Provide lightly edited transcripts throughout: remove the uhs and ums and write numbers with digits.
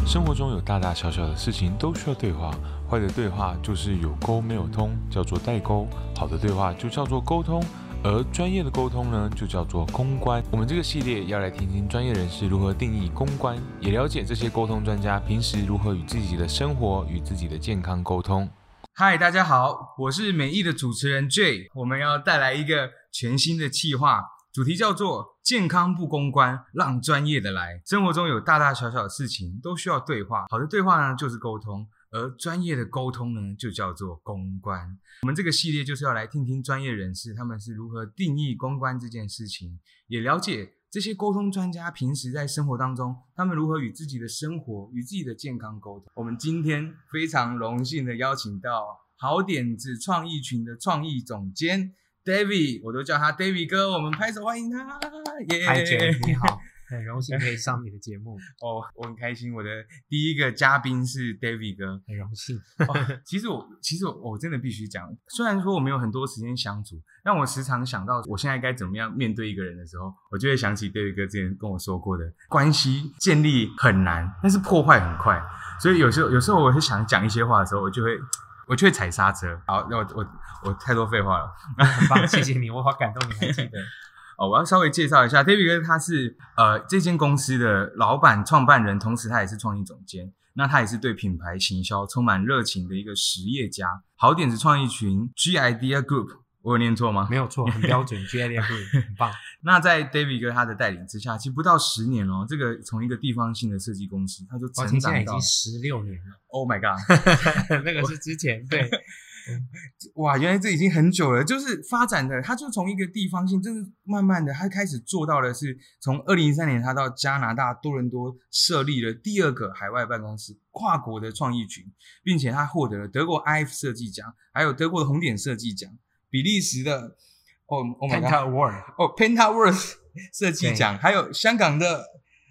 生活中有大大小小的事情都需要对话，坏的对话就是有沟没有通，叫做代沟；好的对话就叫做沟通，而专业的沟通呢，就叫做公关。我们这个系列要来听听专业人士如何定义公关，也了解这些沟通专家平时如何与自己的生活与自己的健康沟通。 嗨，大家好，我是美意的主持人 J， 我们要带来一个全新的企划，主题叫做健康不公关，让专业的来。生活中有大大小小的事情都需要对话，好的对话呢就是沟通，而专业的沟通呢就叫做公关。我们这个系列就是要来听听专业人士他们是如何定义公关这件事情，也了解这些沟通专家平时在生活当中他们如何与自己的生活与自己的健康沟通。我们今天非常荣幸的邀请到好点子创意群的创意总监 David， 我都叫他 David 哥，我们拍手欢迎他。 嗨 Jay， 你好，很荣幸可以上你的节目。 我很开心，我的第一个嘉宾是 David 哥， 很荣幸。 其实我真的必须讲，虽然说我没有很多时间相处，但我时常想到我现在该怎么样面对一个人的时候，我就会想起 David 哥之前跟我说过的，关系建立很难，但是破坏很快。所以有时候我会想讲一些话的时候，我就会踩刹车。好，那我太多废话了。 很棒，谢谢你，我好感动，你还记得。 我要稍微介绍一下 David 哥，他是这间公司的老板创办人，同时他也是创意总监。那他也是对品牌行销充满热情的一个实业家。好点子创意群 G-Idea Group， 我有念错吗？ 没有错，很标准。G-Idea Group 很棒。 那在 David 哥他的带领之下，其实不到10年这个从一个地方性的设计公司，他就成长到现在已经16年了。 Oh my god， 那个是之前对。 哇，原来这已经很久了，就是发展的，他就从一个地方性，真的慢慢的，他开始做到的是，从2013年他到加拿大多伦多设立了第2个海外办公室，跨国的创意群，并且他获得了德国 IF 设计奖，还有德国的红点设计奖，比利时的 Penta Award 设计奖，还有香港的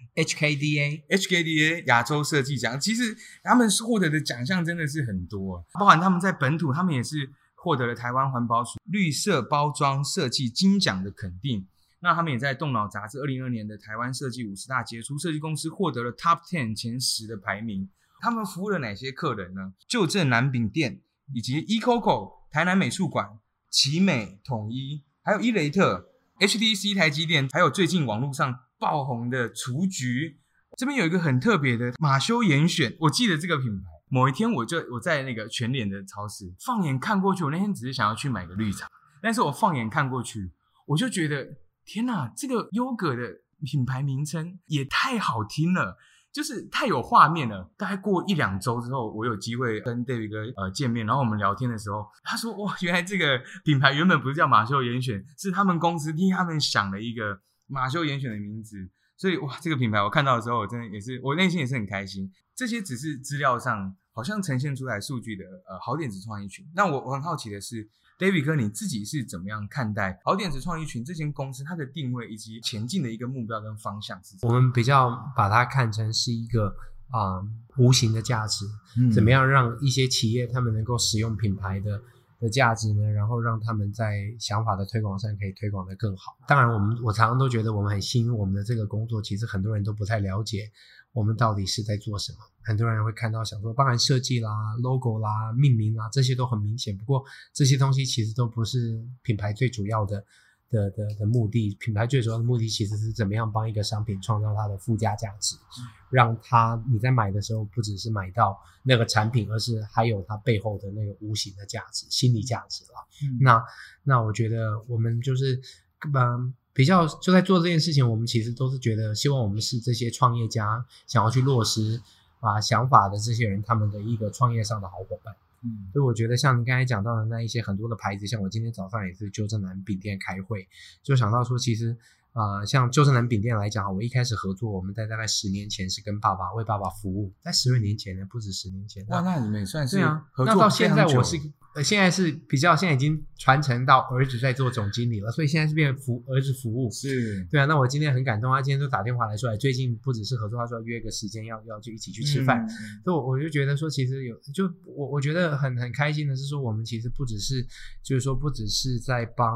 HKDA 亚洲设计奖。其实他们获得的奖项真的是很多，包含他们在本土，他们也是获得了台湾环保署绿色包装设计金奖的肯定。那他们也在动脑杂志2022年的台湾设计50大杰出设计公司获得了 Top 10前10的排名。他们服务了哪些客人呢？旧正南饼店，以及 eCoco 台南美术馆、奇美统一，还有伊雷特、HTC 台积电，还有最近网络上爆红的雏菊。这边有一个很特别的马修严选，我记得这个品牌。某一天我在那个全联的超市放眼看过去，我那天只是想要去买个绿茶，但是我放眼看过去，我就觉得天哪，这个优格的品牌名称也太好听了，就是太有画面了。大概过1-2周之后，我有机会跟 David 哥见面，然后我们聊天的时候，他说哇，原来这个品牌原本不是叫马修严选，是他们公司替他们想了一个马修严选的名字。所以哇，这个品牌我看到的时候，我真的也是，我内心也是很开心。这些只是资料上好像呈现出来数据的好点子创意群。那我很好奇的是 David 哥，你自己是怎么样看待好点子创意群这间公司它的定位以及前进的一个目标跟方向是什么？ 我们比较把它看成是一个无形的价值，怎么样让一些企业他们能够使用品牌的价值呢，然后让他们在想法的推广上可以推广得更好。当然我常常都觉得我们很幸运，我们的这个工作其实很多人都不太了解我们到底是在做什么。很多人会看到想说当然设计啦 logo 啦命名啦这些都很明显，不过这些东西其实都不是品牌最主要的目的。品牌最主要的目的其实是怎么样帮一个商品创造它的附加价值，让它你在买的时候不只是买到那个产品，而是还有它背后的那个无形的价值，心理价值啦。那我觉得我们就是比较就在做这件事情，我们其实都是觉得希望我们是这些创业家想要去落实想法的这些人他们的一个创业上的好伙伴。所以我觉得像你刚才讲到的那一些很多的牌子，像我今天早上也是旧正南饼店开会，就想到说其实像旧正南饼店来讲，我一开始合作，我们在大概10年前是跟为爸爸服务，在12年前呢，不止10年前。 哇，那你们也算是合作那到现在非常久。 我是现在是比较，现在已经传承到儿子在做总经理了，所以现在是变成儿子服务。 是， 对啊，那我今天很感动，他今天就打电话来说，最近不只是合作，他说约个时间要就一起去吃饭。所以我就觉得说，其实我觉得很开心的是说，我们其实不只是在帮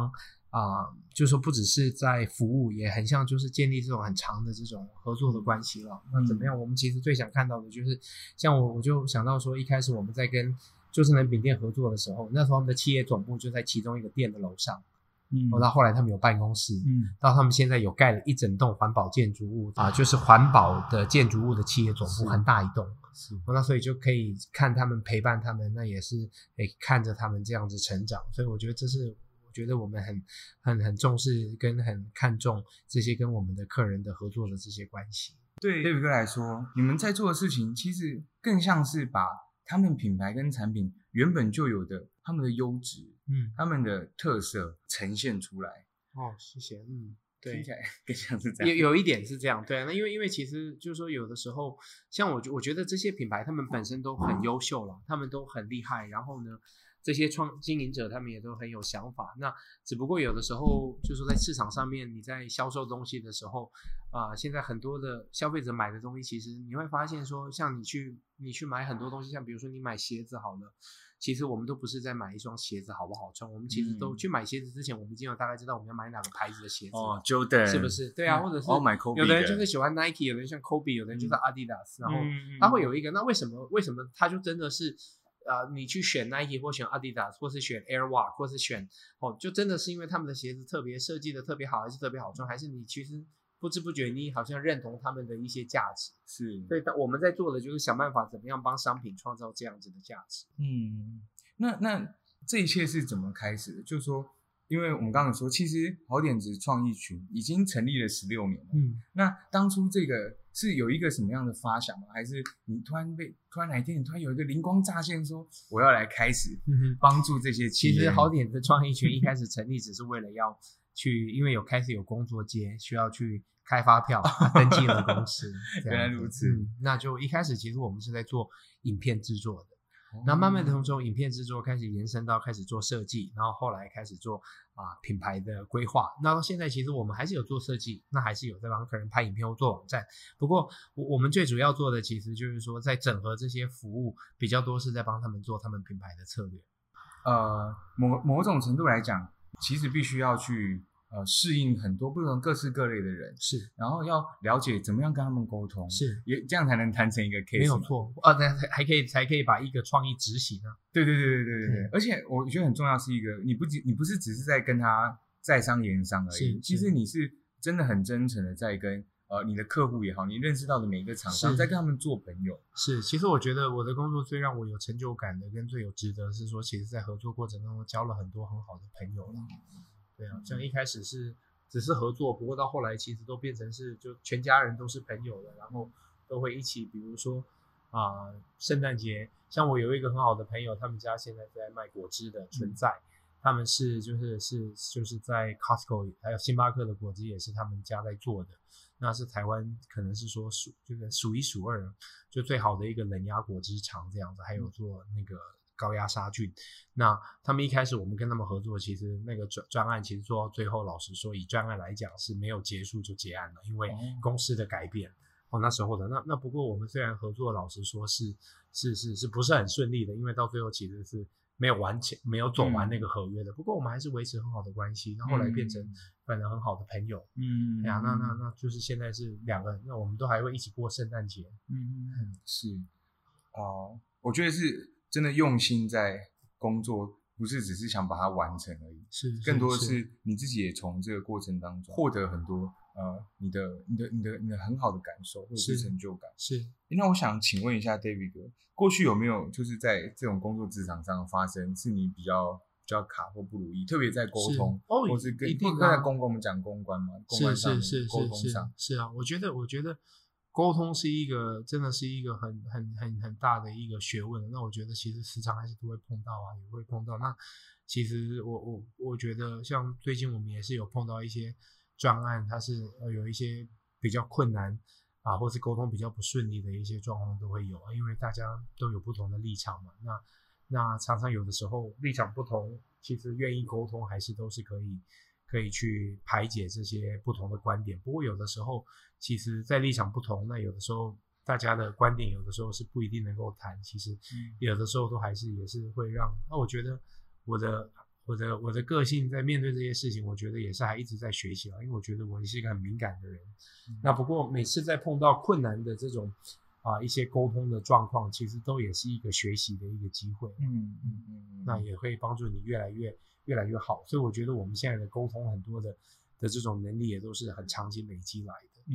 就是说不只是在服务，也很像就是建立这种很长的这种合作的关系了。那怎么样？我们其实最想看到的就是像我就想到说，一开始我们在跟就智能饼店合作的时候，那时候他们的企业总部就在其中一个店的楼上。到后来他们有办公室，到他们现在有盖了一整栋环保建筑物就是环保的建筑物的企业总部，很大一栋。那所以就可以看他们陪伴他们，那也是看着他们这样子成长。所以我觉得这是我觉得我们很重视跟很看重这些跟我们的客人的合作的这些关系。 对 David 哥来说，你们在做的事情其实更像是把他们品牌跟产品原本就有的他们的优质他们的特色呈现出来。 谢谢。对， 听起来更像是这样。 有一点是这样，对啊。那因为其实就是说，有的时候像我觉得这些品牌他们本身都很优秀了，他们都很厉害，然后呢这些经营者他们也都很有想法。那只不过有的时候就是说在市场上面你在销售东西的时候现在很多的消费者买的东西，其实你会发现说，像你去买很多东西，像比如说你买鞋子好了，其实我们都不是在买一双鞋子好不好穿，我们其实都去买鞋子之前，我们已经有大概知道我们要买哪个牌子的鞋子 Jordan 是不是？对啊，或者是买 Kobe 有的人就是喜欢 Nike， 有的人像 Kobe， 有的人就是 Adidas，然后他会有一个，那为什么他就真的是你去选 Nike 或选 Adidas 或是选 Airwalk 或是选就真的是因为他们的鞋子特别设计的特别好，还是特别好穿，还是你其实不知不觉你好像认同他们的一些价值？是，所以我们在做的就是想办法怎么样帮商品创造这样子的价值。 那这一切是怎么开始的？就是说，因为我们刚刚说，其实好点子创意群已经成立了16年了。那当初这个是有一个什么样的发想吗？还是你突然哪一天你突然有一个灵光乍现，说我要来开始帮助这些企业？ 其实好点子创意群一开始成立只是为了要去，因为开始有工作接，需要去开发票，登记了公司。 原来如此。 那就一开始其实我们是在做影片制作的。那慢慢的从影片制作开始延伸到开始做设计，然后后来开始做品牌的规划。那到现在其实我们还是有做设计，那还是有在帮客人拍影片或做网站。不过我们最主要做的其实就是说在整合这些服务，比较多是在帮他们做他们品牌的策略。 某种程度来讲，其实必须要去适应很多不同各式各类的人， 是， 然后要了解怎么样跟他们沟通， 是， 也这样才能谈成一个 case， 没有错，才可以把一个创意执行啊。 对，而且我觉得很重要是一个，你不是只是在跟他在商言商而已，其实你是真的很真诚的在跟你的客户也好，你认识到的每一个厂商，在跟他们做朋友。 是，其实我觉得我的工作最让我有成就感的跟最有值得是说，其实在合作过程当中交了很多很好的朋友了。对啊，像一开始只是合作，不过到后来其实都变成是就全家人都是朋友了，然后都会一起，比如说圣诞节，像我有一个很好的朋友，他们家现在在卖果汁的存在，他们就是在 Costco 还有星巴克的果汁也是他们家在做的，那是台湾可能是说数一数二就最好的一个冷压果汁厂这样子，还有做那个高压杀菌。那他们一开始我们跟他们合作，其实那个专案其实做到最后，老实说以专案来讲是没有结束就结案了，因为公司的改变那时候的那不过我们虽然合作，老实说是不是很顺利的，因为到最后其实是没有走完那个合约的，不过我们还是维持很好的关系，然后后来变成反正很好的朋友。那就是现在是两个人，那我们都还会一起过圣诞节。 是我觉得是真的用心在工作，不是只是想把它完成而已，更多的是你自己也从这个过程当中获得很多你的很好的感受或者是成就感。 是。 那我想请问一下 David 哥，过去有没有就是在这种工作职场上发生是你比较卡或不如意，特别在沟通或是跟在我们讲公关嘛，公关上沟通上是啊，我觉得沟通是一个真的是一个很大的一个学问。那我觉得其实时常还是都会碰到也会碰到。那其实我觉得像最近我们也是有碰到一些专案，它是有一些比较困难或是沟通比较不顺利的一些状况都会有，因为大家都有不同的立场嘛。那常常有的时候立场不同，其实愿意沟通还是都是可以去排解这些不同的观点。不过有的时候其实在立场不同，那有的时候大家的观点有的时候是不一定能够谈，其实有的时候都还是也是会让我觉得我我的个性在面对这些事情，我觉得也是还一直在学习因为我觉得我也是一个很敏感的人。那不过每次在碰到困难的这种一些沟通的状况，其实都也是一个学习的一个机会。那也会帮助你越来越好。所以我觉得我们现在的沟通很多的这种能力也都是很长期累积来的。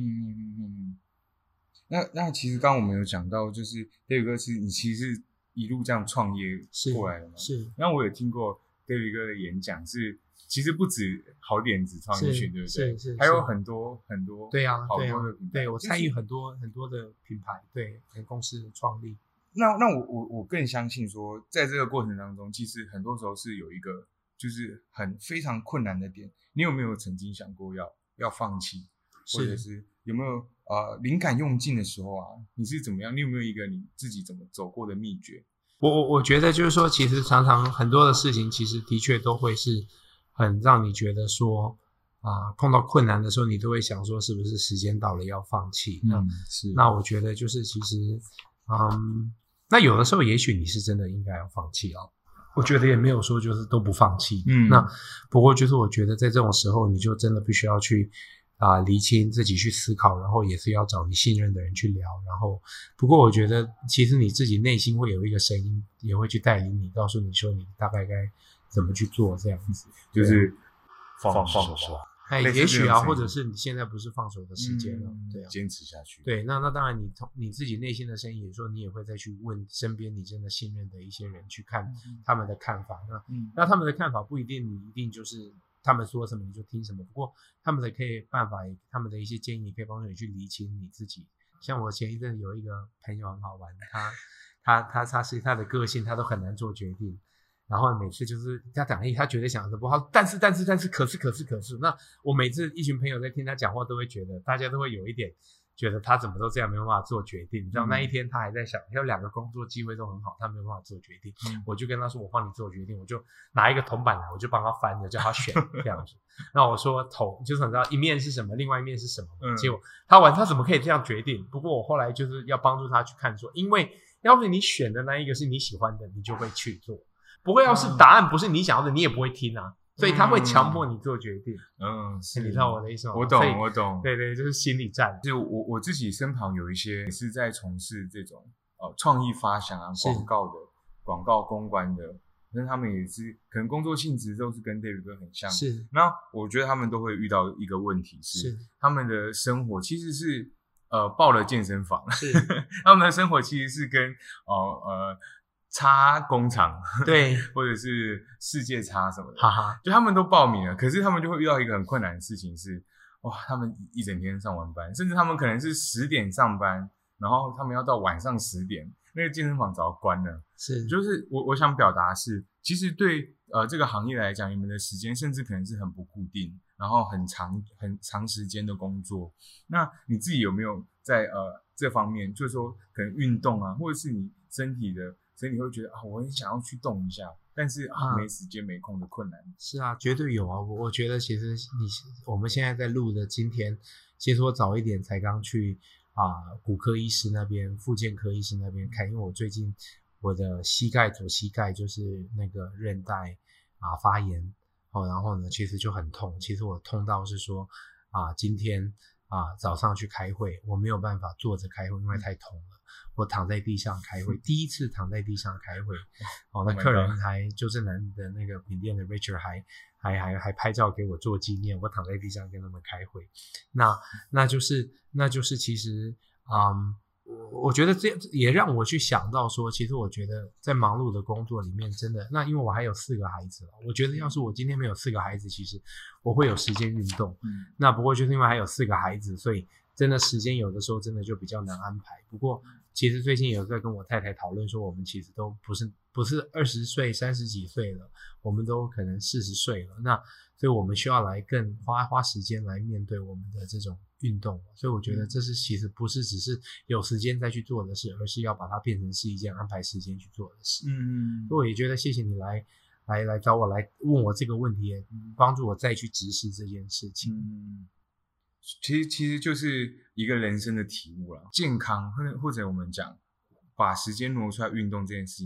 那其实刚刚我们有讲到，就是 David 哥是你其实是一路这样创业过来的嘛？ 是。 然后我有听过 David 哥的演讲是，其实不止好点子创业群，对不对？ 是， 还有很多很多。 对啊， 好多的品牌。 对，我参与很多很多的品牌，对，公司的创立。 那我更相信说，在这个过程当中，其实很多时候是有一个就是非常困难的点。你有没有曾经想过要放弃，或者是有没有灵感用尽的时候啊？你是怎么样？你有没有一个你自己怎么走过的秘诀？ 我觉得就是说，其实常常很多的事情，其实的确都会是很让你觉得说碰到困难的时候，你都会想说，是不是时间到了要放弃？那我觉得就是其实那有的时候也许你是真的应该要放弃我觉得也没有说就是都不放弃。那不过就是我觉得在这种时候，你就真的必须要去厘清自己，去思考，然后也是要找你信任的人去聊。然后不过我觉得其实你自己内心会有一个声音，也会去带领你，告诉你说你大概该怎么去做，这样子就是放手。 也许或者是你现在不是放手的时间了，对啊， 坚持下去。 对，那当然你自己内心的声音，也说你也会再去问身边你真的信任的一些人，去看他们的看法。那他们的看法不一定你一定就是他们说什么你就听什么，不过他们的办法，他们的一些建议可以帮助你去厘清你自己。像我前一阵有一个朋友很好玩，他是他的个性，他都很难做决定。然后每次就是他讲他绝对想的不好，但是可是，那我每次一群朋友在听他讲话，都会觉得大家都会有一点觉得他怎么都这样没有办法做决定。你知道那一天他还在想，有2个工作机会都很好，他没有办法做决定。我就跟他说，我帮你做决定，我就拿一个铜板来，我就帮他翻着，叫他选这样子。那我说就是你知道一面是什么，另外一面是什么。结果他怎么可以这样决定？不过我后来就是要帮助他去看说，因为要是你选的那一个是你喜欢的，你就会去做。不会，要是答案不是你想要的，你也不会听所以他会强迫你做决定。你知道我的意思吗？ 我懂。 对，就是心理战。 就我自己身旁有一些也是在从事这种创意发想广告公关的，但是他们也是可能工作性质都是跟 David 哥很像。 是。 那我觉得他们都会遇到一个问题是他们的生活其实是报了健身房，是他们的生活其实是跟插工厂， 对， 或者是世界插什么的， 就他们都报名了，可是他们就会遇到一个很困难的事情是，他们一整天上完班，甚至他们可能是10点上班，然后他们要到晚上10点，那个健身房早关了。就是我想表达是，其实对这个行业来讲，你们的时间甚至可能是很不固定，然后很长时间的工作。那你自己有没有在这方面，就是说可能运动啊，或者是你身体会觉得我很想要去动一下，但是没时间没空的困难。 是绝对有我觉得其实我们现在在录的今天，其实我早一点才刚去骨科医师那边、复健科医师那边看，因为我最近我的左膝盖就是那个韧带发炎然后呢其实就很痛，其实我痛到是说今天早上去开会，我没有办法坐着开会，因为太痛了。我躺在地上开会，第一次躺在地上开会。那客人就是南的那个饼店的 Richard 还拍照给我做纪念，我躺在地上跟他们开会。那就是其实我觉得这也让我去想到说，其实我觉得在忙碌的工作里面，真的因为我还有4个孩子了，我觉得要是我今天没有4个孩子，其实我会有时间运动。那不过就是因为还有4个孩子，所以真的时间有的时候真的就比较难安排。不过其实最近有在跟我太太讨论说，我们其实都不是20岁30几岁了，我们都可能40岁了，那所以我们需要来更花时间来面对我们的这种运动。所以我觉得这是其实不是只是有时间再去做的事，而是要把它变成是一件安排时间去做的事。所以我也觉得谢谢你来找我来问我这个问题，帮助我再去直视这件事情。 其实就是一个人生的体悟啦，健康或者我们讲把时间挪出来运动这件事情，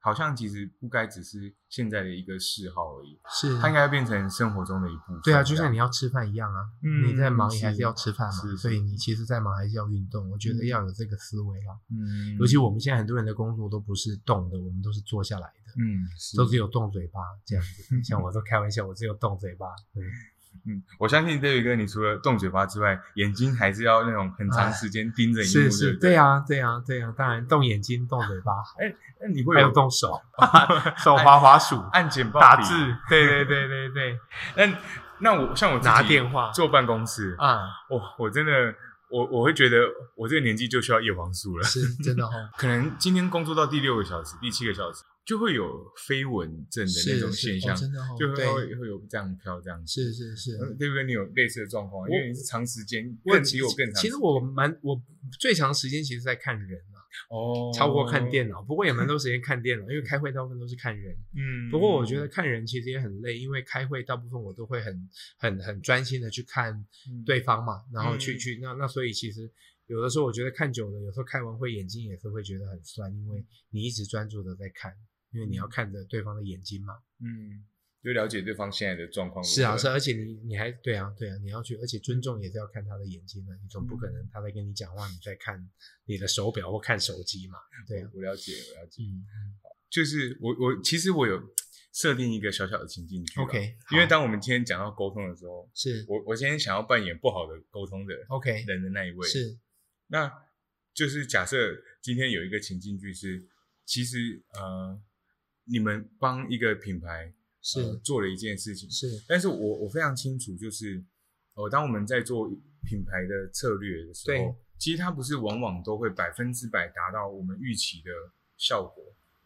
好像其实不该只是现在的一个嗜好而已， 是它应该要变成生活中的一部分。 对啊，就像你要吃饭一样啊，你在忙你还是要吃饭嘛， 是所以你其实在忙还是要运动，我觉得要有这个思维啦。 嗯， 尤其我们现在很多人的工作都不是动的，我们都是坐下来的，都只有动嘴巴这样子。像我都开玩笑，我只有动嘴巴。 我相信David哥，你除了动嘴巴之外，眼睛还是要那种很长时间盯着荧幕， 是，对啊，当然动眼睛、动嘴巴， 那你会还有动手，手滑鼠、 按简报、 打字，对。 那我像我自己拿电话、 坐办公室啊， 我真的我会觉得我这个年纪就需要叶黄素了， 是真的可能今天工作到第6个小时、第7个小时，就会有飞蚊症的那种现象， 真的就会有这样飘这样子。 是， 对不对？你有类似的状况，因为你是长时间，比我更长时间。 其实我最长时间其实在看人啊，超过看电脑，不过也蛮多时间看电脑，因为开会大部分都是看人。不过我觉得看人其实也很累，因为开会大部分我都会很专心的去看对方嘛，然后去那所以其实有的时候我觉得看久了，有时候开完会眼睛也是会觉得很酸，因为你一直专注的在看，因为你要看着对方的眼睛嘛。 就了解对方现在的状况。 是啊，而且你还对啊，你要去，而且尊重也是要看他的眼睛的，你总不可能他在跟你讲话，你在看你的手表或看手机嘛。对啊， 我了解。就是其实我有设定一个小小的情境剧 ，OK， 因为当我们今天讲到沟通的时候， 是我今天想要扮演不好的沟通的 OK 人的那一位， 是， 那就是假设今天有一个情境剧是，其实你们帮一个品牌做了一件事情， 是， 但是我非常清楚，就是当我们在做品牌的策略的时候，其实它不是往往都会100%达到我们预期的效果，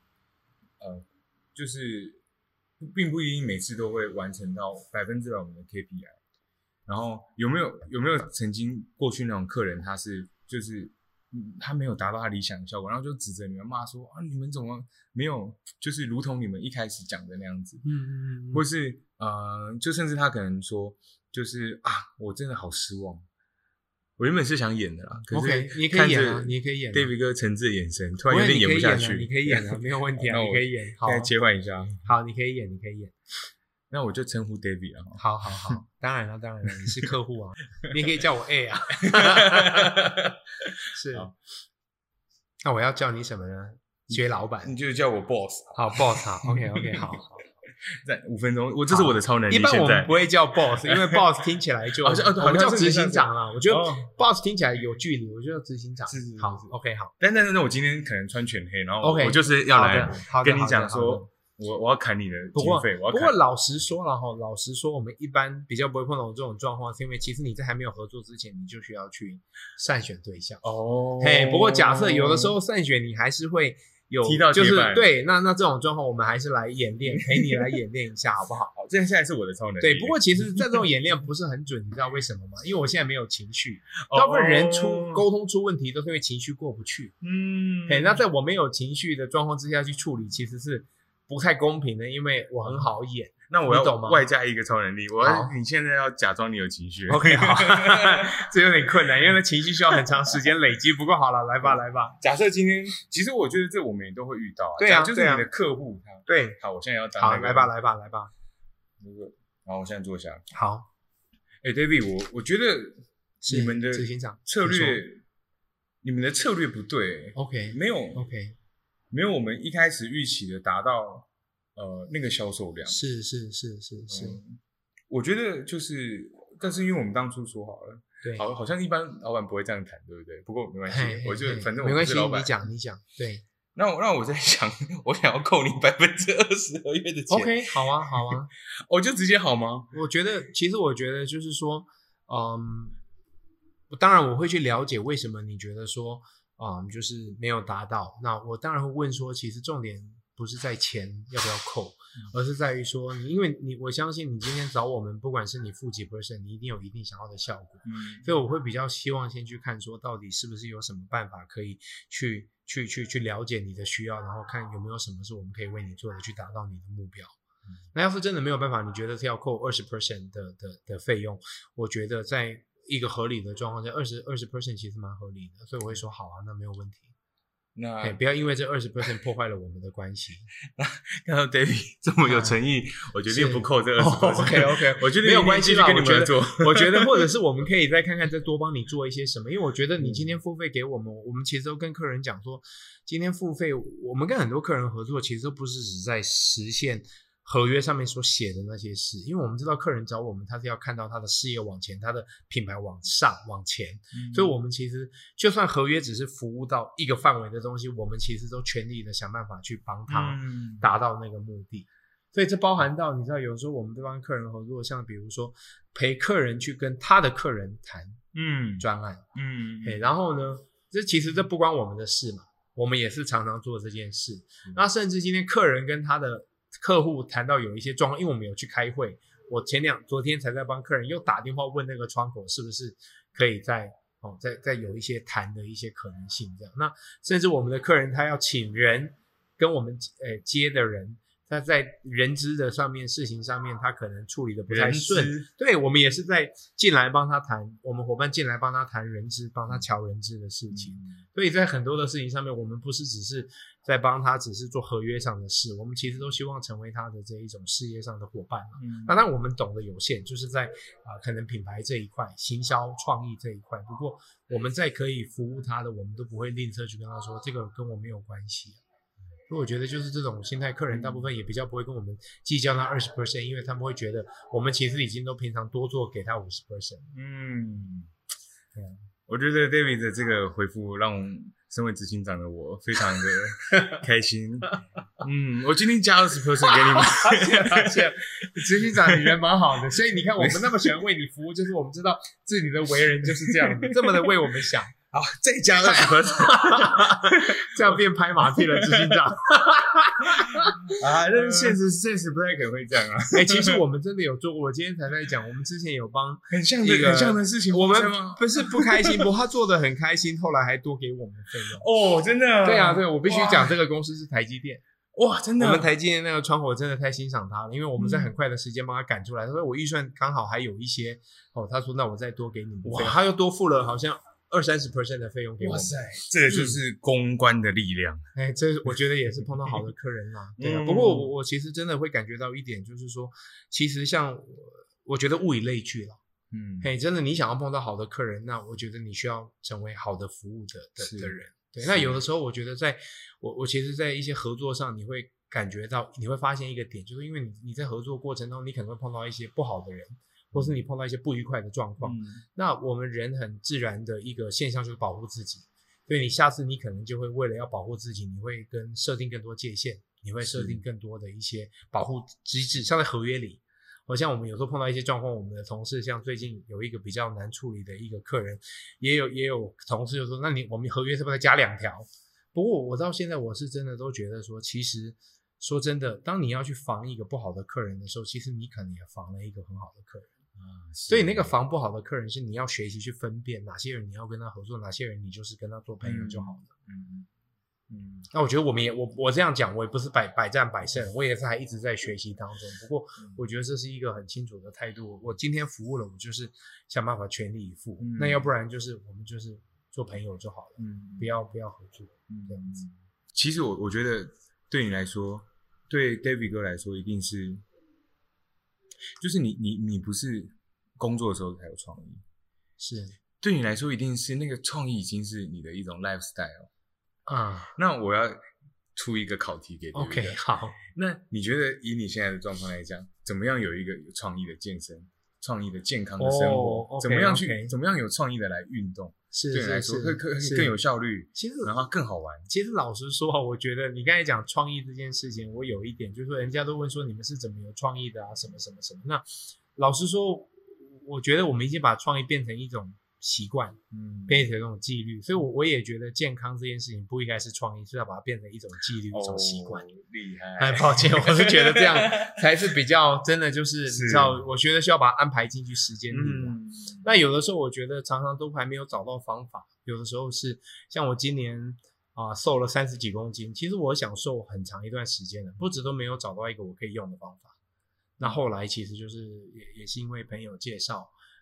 就是并不一定每次都会完成到100%我们的 KPI。然后有没有曾经过去那种客人，他是就是他没有达到他理想的效果，然后就指着你们骂说啊，你们怎么没有就是如同你们一开始讲的那样子，或是就甚至他可能说就是啊，我真的好失望。我原本是想演的啦，可是你可以演啊，你可以演 David 哥诚挚的眼神，突然有点演不下去。 你可以演啊，没有问题啊，你可以演。好， 现在切换一下。 好，你可以演。 那我就称呼 David 了。 好，当然了，你是客户啊，你可以叫我 A 啊。是。那我要叫你什么呢？薛老板。 你就叫我 Boss。 好 ，Boss 好 ，OK， 好。 在5分钟，这是我的超能力。 一般我们不会叫 boss， 因为 boss 听起来就我们叫执行长啊。我觉得 boss 听起来有距离，我就叫执行长。是好 ，OK 好。 但我今天可能穿全黑，然后我就是要来跟你讲说，我要砍你的经费。不过老实说了哈，我们一般比较不会碰到这种状况，是因为其实你在还没有合作之前，你就需要去筛选对象。不过假设有的时候筛选你还是会。有踢到就是对，那这种状况我们还是来演练，陪你来演练一下好不好？ 这现在是我的超能力。 对，不过其实在这种演练不是很准，你知道为什么吗？因为我现在没有情绪，大部分人沟通出问题都是因为情绪过不去。那在我没有情绪的状况之下去处理，其实是不太公平的，因为我很好演。 那我要外加一个超能力，你现在要假装你有情绪。 OK， 好，这有点困难，因为那情绪需要很长时间累积。不过好了，来吧。 假设今天，其实我觉得这我们也都会遇到啊。 对啊， 就是你的客户他。 对。 好，我现在要当。 好，来吧。 好，我现在坐下。 好。 David， 我觉得你们的执行长策略，你们的策略不对。 OK， 没有 OK， 没有我们一开始预期的达到。那个销售量是， 我觉得就是，但是因为我们当初说好了， 对， 好像一般老板不会这样谈，对不对？不过没关系，我就反正我没关系， 老板你讲，对。 那我在想，我想要扣你20%合约的钱。 OK， 好啊， 我就直接好吗？ 其实我觉得就是说，当然我会去了解为什么你觉得说，就是没有达到。那我当然会问说，其实重点。不是在钱要不要扣，而是在于说因为我相信你今天找我们，不管是你付几%，你一定有一定想要的效果。所以我会比较希望先去看说，到底是不是有什么办法可以去了解你的需要，然后看有没有什么是我们可以为你做的，去达到你的目标。那要是真的没有办法，你觉得是要扣20% 的费用，我觉得在一个合理的状况下，20% 其实蛮合理的，所以我会说好啊，那没有问题。 那不要因为这20% 破坏了我们的关系。 看到 David 这么有诚意，我决定不扣这20%。 OK， 我觉得没有关系啦， 跟你们合作。 我觉得或者是我们可以再看看，再多帮你做一些什么。因为我觉得你今天付费给我们，我们其实都跟客人讲说，今天付费，我们跟很多客人合作，其实都不是只在实现合约上面所写的那些事，因为我们知道客人找我们，他是要看到他的事业往前，他的品牌往上往前，所以我们其实就算合约只是服务到一个范围的东西，我们其实都全力的想办法去帮他达到那个目的。所以这包含到你知道，有时候我们对帮客人合作，像比如说陪客人去跟他的客人谈专案，然后呢，其实这不关我们的事嘛，我们也是常常做这件事。那甚至今天客人跟他的客户谈到有一些状况，因为我们有去开会，我昨天才在帮客人又打电话问那个窗口是不是可以再有一些谈的一些可能性这样。那甚至我们的客人他要请人跟我们接的人，他在人资的上面事情上面他可能处理的不太顺，对，我们也是在进来帮他谈，我们伙伴进来帮他谈人资，帮他瞧人资的事情。所以在很多的事情上面，我们不是只是在帮他只是做合约上的事，我们其实都希望成为他的这一种事业上的伙伴嘛。那当然我们懂得有限，就是在可能品牌这一块、行销创意这一块，不过我们在可以服务他的，我们都不会吝啬去跟他说这个跟我没有关系所以我觉得就是这种心态，客人大部分也比较不会跟我们计较那20%，因为他们会觉得我们其实已经都平常多做给他50%。 我觉得 David 的这个回复让身为执行长的我非常的开心。我今天加20% 给你们。 而且执行长你人蛮好的，所以你看我们那么喜欢为你服务，就是我们知道自己的为人就是这样的，这么的为我们想。 好，再加20%， 这样变拍马屁了，执行长。 但是现实不太可能会这样啊。 其实我们真的有做过，我今天才在讲，我们之前有帮很像的事情， 我们不是不开心，不过他做的很开心，后来还多给我们费用。 真的？ 对啊，对，我必须讲，这个公司是台积电。 哇，真的！ 我们台积电那个窗口真的太欣赏他了，因为我们在很快的时间帮他赶出来。他说我预算刚好还有一些，他说那我再多给你们费用，他又多付了好像20-30% 的费用给我们。 哇塞，这就是公关的力量。 这我觉得也是碰到好的客人啦。对啊，不过我其实真的会感觉到一点，就是说，其实像我觉得物以类聚啦。真的你想要碰到好的客人，那我觉得你需要成为好的服务的人。对，那有的时候我觉得我其实在一些合作上，你会感觉到，你会发现一个点，就是因为你在合作过程中，你可能会碰到一些不好的人，或是你碰到一些不愉快的状况，那我们人很自然的一个现象就是保护自己，所以你下次你可能就会为了要保护自己，你会设定更多界限，你会设定更多的一些保护机制，像在合约里。像我们有时候碰到一些状况，我们的同事像最近有一个比较难处理的一个客人，也有同事就说，那我们合约是不是再加2条？不过我到现在我是真的都觉得说，其实说真的，当你要去防一个不好的客人的时候，其实你可能也防了一个很好的客人。所以那个防不好的客人是你要学习去分辨哪些人你要跟他合作，哪些人你就是跟他做朋友就好了。那我觉得我这样讲，我也不是百战百胜，我也是还一直在学习当中。不过我觉得这是一个很清楚的态度，我今天服务了，我就是想办法全力以赴。那要不然就是我们就是做朋友就好了，不要合作这样子。 其实我觉得对你来说，对 David 哥来说，一定是就是你不是工作的时候才有创意， 是对你来说一定是那个创意已经是你的一种 lifestyle。那我要出一个考题给你。 OK， 好。 那你觉得以你现在的状况来讲，怎么样有一个有创意的健身、创意的健康的生活？怎么样有创意的来运动？对你来说会更有效率，其实然后更好玩。 其实老实说，我觉得你刚才讲创意这件事情，我有一点就是说，人家都问说你们是怎么有创意的啊，什么什么什么。那老实说，我觉得我们已经把创意变成一种习惯，变成一种纪律，所以我也觉得健康这件事情不应该是创意，是要把它变成一种纪律，一种习惯。 厉害！ 抱歉，我是觉得这样才是比较真的，就是你知道，我觉得需要把它安排进去时间里。那有的时候我觉得常常都还没有找到方法，有的时候是像我今年瘦了30几公斤，其实我想瘦很长一段时间了，不止都没有找到一个我可以用的方法。那后来其实就是也是因为朋友介绍。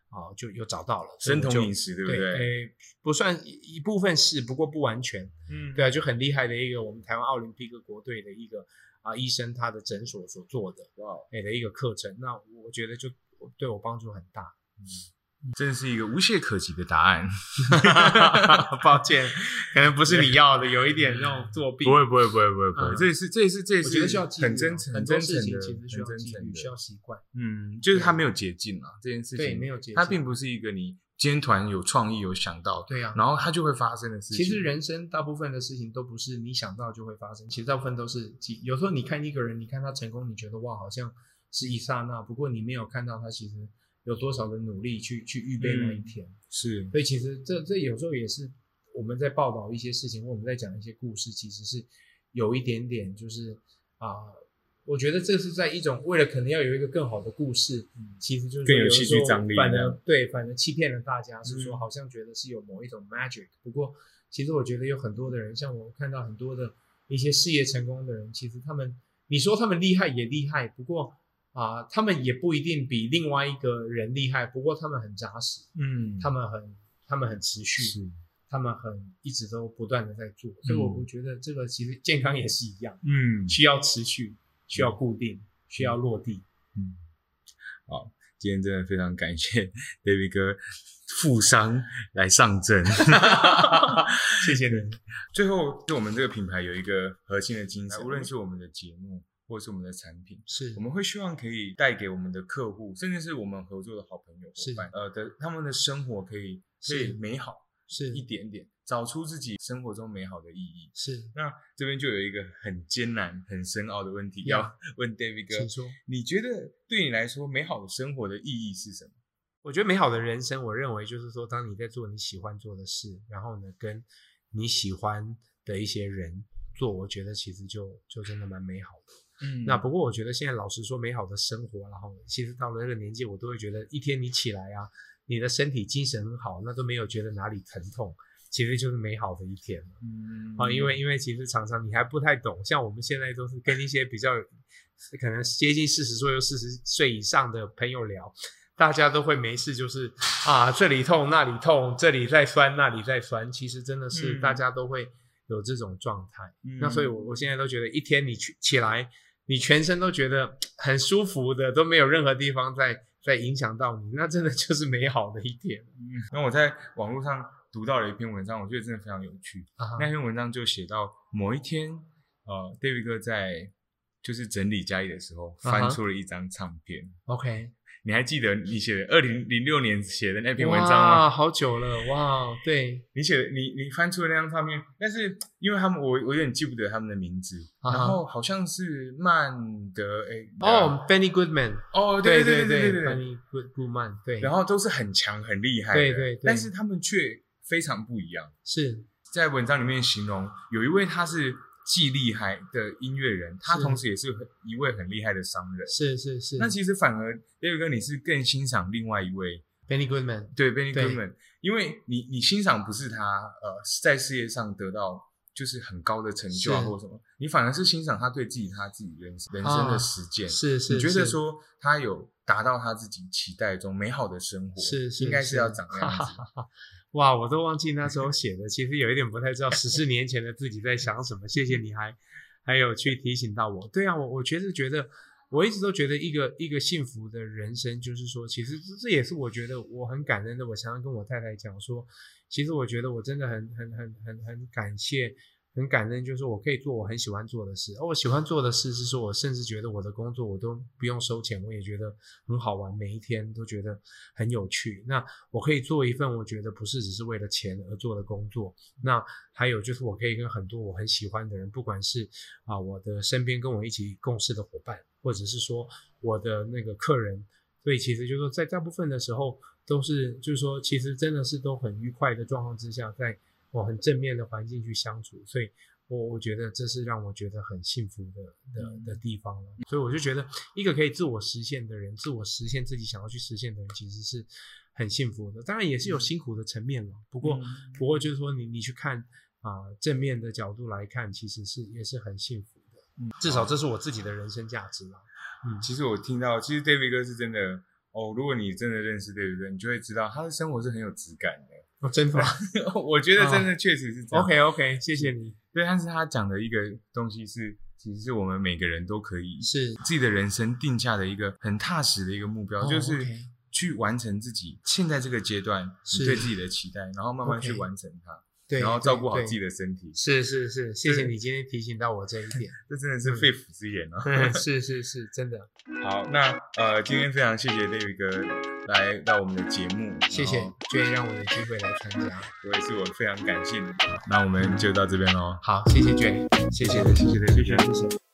就有找到了生酮饮食，对不对？ 不算一部分是，不过不完全。对啊，就很厉害的一个我们台湾奥林匹克国队的一个医生他的诊所所做的的一个课程，那我觉得就对我帮助很大。 真是一个无懈可击的答案。 抱歉，可能不是你要的，有一点那种作弊。 不会，这也是我觉得需要很真诚，很真诚的， 其实需要纪律，需要习惯。 就是它没有捷径啊，这件事情对没有捷径， 它并不是一个你今天突然有创意有想到， 对啊， 然后它就会发生的事情。 其实人生大部分的事情都不是你想到就会发生，其实大部分都是有时候你看一个人，你看他成功，你觉得哇好像是一刹那，不过你没有看到他其实有多少的努力去预备那一天。 是， 所以其实这有时候也是我们在报道一些事情，或我们在讲一些故事，其实是有一点点就是我觉得这是在一种为了可能要有一个更好的故事，其实就是更有戏剧张力， 反而欺骗了大家，是说好像觉得是有某一种 magic。不过其实我觉得有很多的人，像我看到很多的一些事业成功的人，其实他们你说他们厉害也厉害，不过他们也不一定比另外一个人厉害，不过他们很扎实，他们很持续，他们一直都不断的在做，所以我觉得这个其实健康也是一样，需要持续，需要固定，需要落地。 好，今天真的非常感谢 David 哥负伤来上阵， 谢谢你。 最后，我们这个品牌有一个核心的精神，无论是我们的节目或是我们的产品，我们会希望可以带给我们的客户，甚至是我们合作的好朋友伙伴，他们的生活可以美好一点点，找出自己生活中美好的意义。那这边就有一个很艰难很深奥的问题要问 David 哥，请说，你觉得对你来说美好的生活的意义是什么？ 我觉得美好的人生，我认为就是说，当你在做你喜欢做的事，然后呢跟你喜欢的一些人做，我觉得其实就真的蛮美好的。那不过我觉得现在老实说，美好的生活，然后其实到了那个年纪，我都会觉得一天你起来你的身体精神很好，那都没有觉得哪里疼痛，其实就是美好的一天了。因为其实常常你还不太懂，像我们现在都是跟一些比较可能接近40岁或40岁以上的朋友聊，大家都会没事就是这里痛那里痛，这里在酸那里在酸，其实真的是大家都会有这种状态。那所以我现在都觉得一天你起来，你全身都觉得很舒服的，都没有任何地方在影响到你，那真的就是美好的一天。 那我在网络上读到了一篇文章，我觉得真的非常有趣。那篇文章就写到某一天David 哥在就是整理家里的时候翻出了一张唱片。 OK， 你还记得你写的2006年写的那篇文章吗？ 哇，好久了，哇，对， 你翻出了那张唱片，但是因为我有点记不得他们的名字，然后好像是曼德 Benny Goodman， 对 Benny Goodman， 对， 然后都是很强很厉害的，对，但是他们却非常不一样。 是在文章里面形容有一位他是既厉害的音乐人，他同时也是一位很厉害的商人。 是。那其实反而 David 哥你是更欣赏另外一位 Benny Goodman， 对 Benny Goodman， 因为你欣赏不是他在事业上得到就是很高的成就或什么，你反而是欣赏他对他自己人生的实践。是你觉得说他有达到他自己期待中美好的生活，应该是要长那样子。 哇，我都忘记那时候写的，其实有一点不太知道14年前的自己在想什么。谢谢你还有去提醒到我。对啊，我觉得我一直都觉得一个幸福的人生，就是说，其实这也是我觉得我很感恩的。我常常跟我太太讲说，其实我觉得我真的很感谢。很感恩，就是我可以做我很喜欢做的事。我喜欢做的事是说，我甚至觉得我的工作我都不用收钱，我也觉得很好玩，每一天都觉得很有趣。那我可以做一份我觉得不是只是为了钱而做的工作。那还有就是我可以跟很多我很喜欢的人，不管是我的身边跟我一起共事的伙伴，或者是说我的那个客人，所以其实就是说在大部分的时候都是就是说其实真的是都很愉快的状况之下，在我很正面的环境去相处，所以我觉得这是让我觉得很幸福的地方了。所以我就觉得一个可以自我实现的人，自我实现自己想要去实现的人，其实是很幸福的。当然也是有辛苦的层面了，不过就是说你去看正面的角度来看，其实也是很幸福的。至少这是我自己的人生价值啦。 其实我听到，其实 David 哥是真的如果你真的认识对不对，你就会知道他的生活是很有质感的。 真的吗？ 我觉得真的确实是这样。 OK， 谢谢你。 对，但是他讲的一个东西是，其实是我们每个人都可以是自己的人生定下的一个很踏实的一个目标，就是去完成自己现在这个阶段你对自己的期待，然后慢慢去完成它。 对， 然后照顾好自己的身体。 是，谢谢你今天提醒到我这一点， 这真的是肺腑之言啊！ 是，真的。 好，那今天非常谢谢 David 哥来到我们的节目， 谢谢 Jay 让我有机会来参加， 我非常感谢你。那我们就到这边咯。 好，谢谢 Jay， 谢谢。